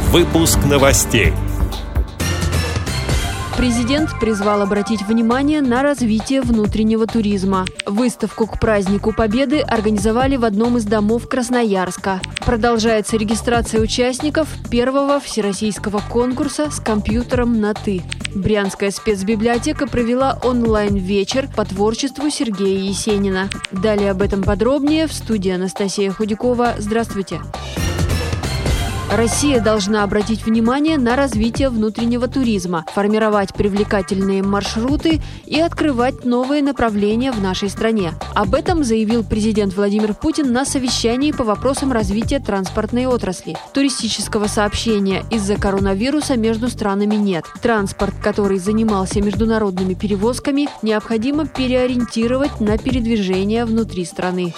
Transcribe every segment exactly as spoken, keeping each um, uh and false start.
Выпуск новостей. Президент призвал обратить внимание на развитие внутреннего туризма. Выставку к празднику Победы организовали в одном из домов Красноярска. Продолжается регистрация участников первого всероссийского конкурса с компьютером на «ты». Брянская спецбиблиотека провела онлайн-вечер по творчеству Сергея Есенина. Далее об этом подробнее в студии Анастасия Худякова. Здравствуйте. Россия должна обратить внимание на развитие внутреннего туризма, формировать привлекательные маршруты и открывать новые направления в нашей стране. Об этом заявил президент Владимир Путин на совещании по вопросам развития транспортной отрасли. Туристического сообщения из-за коронавируса между странами нет. Транспорт, который занимался международными перевозками, необходимо переориентировать на передвижение внутри страны.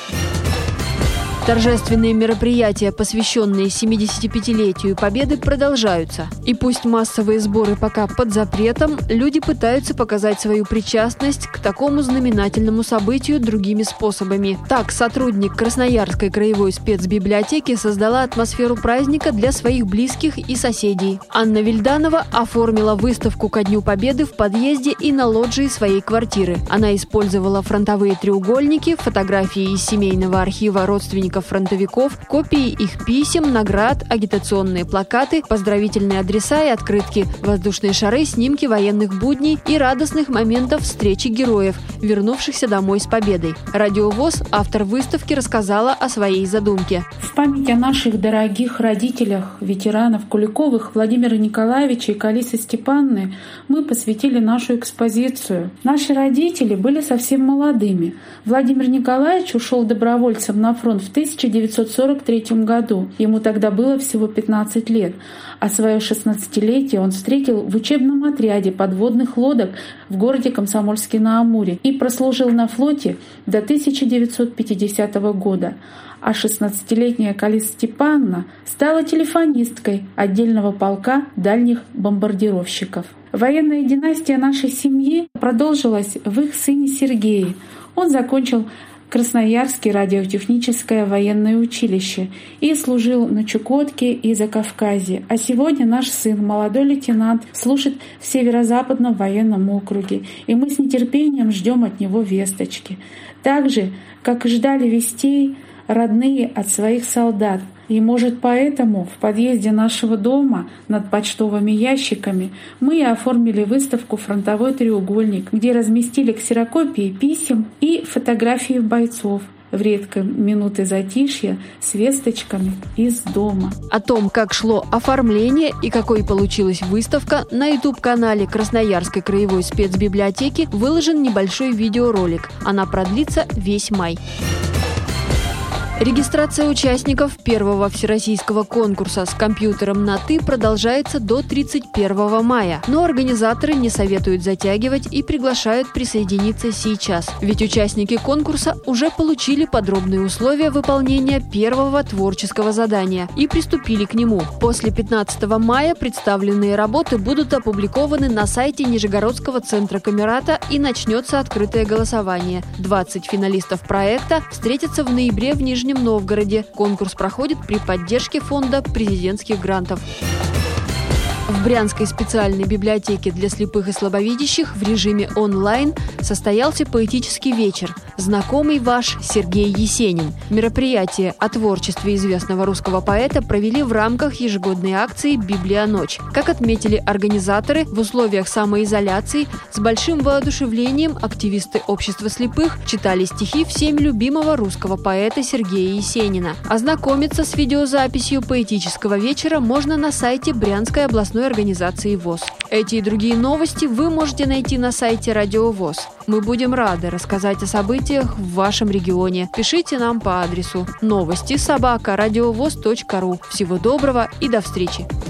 Торжественные мероприятия, посвященные семидесятипятилетию Победы, продолжаются. И пусть массовые сборы пока под запретом, люди пытаются показать свою причастность к такому знаменательному событию другими способами. Так, сотрудник Красноярской краевой спецбиблиотеки создала атмосферу праздника для своих близких и соседей. Анна Вильданова оформила выставку ко Дню Победы в подъезде и на лоджии своей квартиры. Она использовала фронтовые треугольники, фотографии из семейного архива родственников фронтовиков, копии их писем, наград, агитационные плакаты, поздравительные адреса и открытки, воздушные шары, снимки военных будней и радостных моментов встречи героев, вернувшихся домой с победой. Радио ВОС, автор выставки, рассказала о своей задумке. В память о наших дорогих родителях, ветеранов Куликовых, Владимира Николаевича и Калисы Степанны мы посвятили нашу экспозицию. Наши родители были совсем молодыми. Владимир Николаевич ушел добровольцем на фронт в тысяча девятьсот сорок третьем году. Ему тогда было всего пятнадцать лет, а свое шестнадцатилетие он встретил в учебном отряде подводных лодок в городе Комсомольске-на-Амуре и прослужил на флоте до тысяча девятьсот пятидесятого года. А шестнадцатилетняя Калиса Степанна стала телефонисткой отдельного полка дальних бомбардировщиков. Военная династия нашей семьи продолжилась в их сыне Сергее. Он закончил Красноярское радиотехническое военное училище и служил на Чукотке и Закавказье. А сегодня наш сын, молодой лейтенант, служит в Северо-Западном военном округе, и мы с нетерпением ждем от него весточки. Так же, как и ждали вестей родные от своих солдат. И, может, поэтому в подъезде нашего дома над почтовыми ящиками мы и оформили выставку «Фронтовой треугольник», где разместили ксерокопии писем и фотографии бойцов в редкой минуты затишья с весточками из дома. О том, как шло оформление и какой получилась выставка, на ютуб-канале Красноярской краевой спецбиблиотеки выложен небольшой видеоролик. Она продлится весь май. Регистрация участников первого всероссийского конкурса с компьютером на «ты» продолжается до тридцать первого мая. Но организаторы не советуют затягивать и приглашают присоединиться сейчас. Ведь участники конкурса уже получили подробные условия выполнения первого творческого задания и приступили к нему. После пятнадцатого мая представленные работы будут опубликованы на сайте Нижегородского центра Камерата и начнется открытое голосование. двадцать финалистов проекта встретятся в ноябре в Нижнем Новгороде. Конкурс проходит при поддержке фонда президентских грантов. В Брянской специальной библиотеке для слепых и слабовидящих в режиме онлайн состоялся поэтический вечер «Знакомый ваш Сергей Есенин». Мероприятие о творчестве известного русского поэта провели в рамках ежегодной акции «Библия ночь». Как отметили организаторы, в условиях самоизоляции с большим воодушевлением активисты общества слепых читали стихи всеми любимого русского поэта Сергея Есенина. Ознакомиться с видеозаписью поэтического вечера можно на сайте Брянской областной организации ВОС. Эти и другие новости вы можете найти на сайте Радио ВОС. Мы будем рады рассказать о событиях в вашем регионе. Пишите нам по адресу новости собака радиовос точка ру. Всего доброго и до встречи!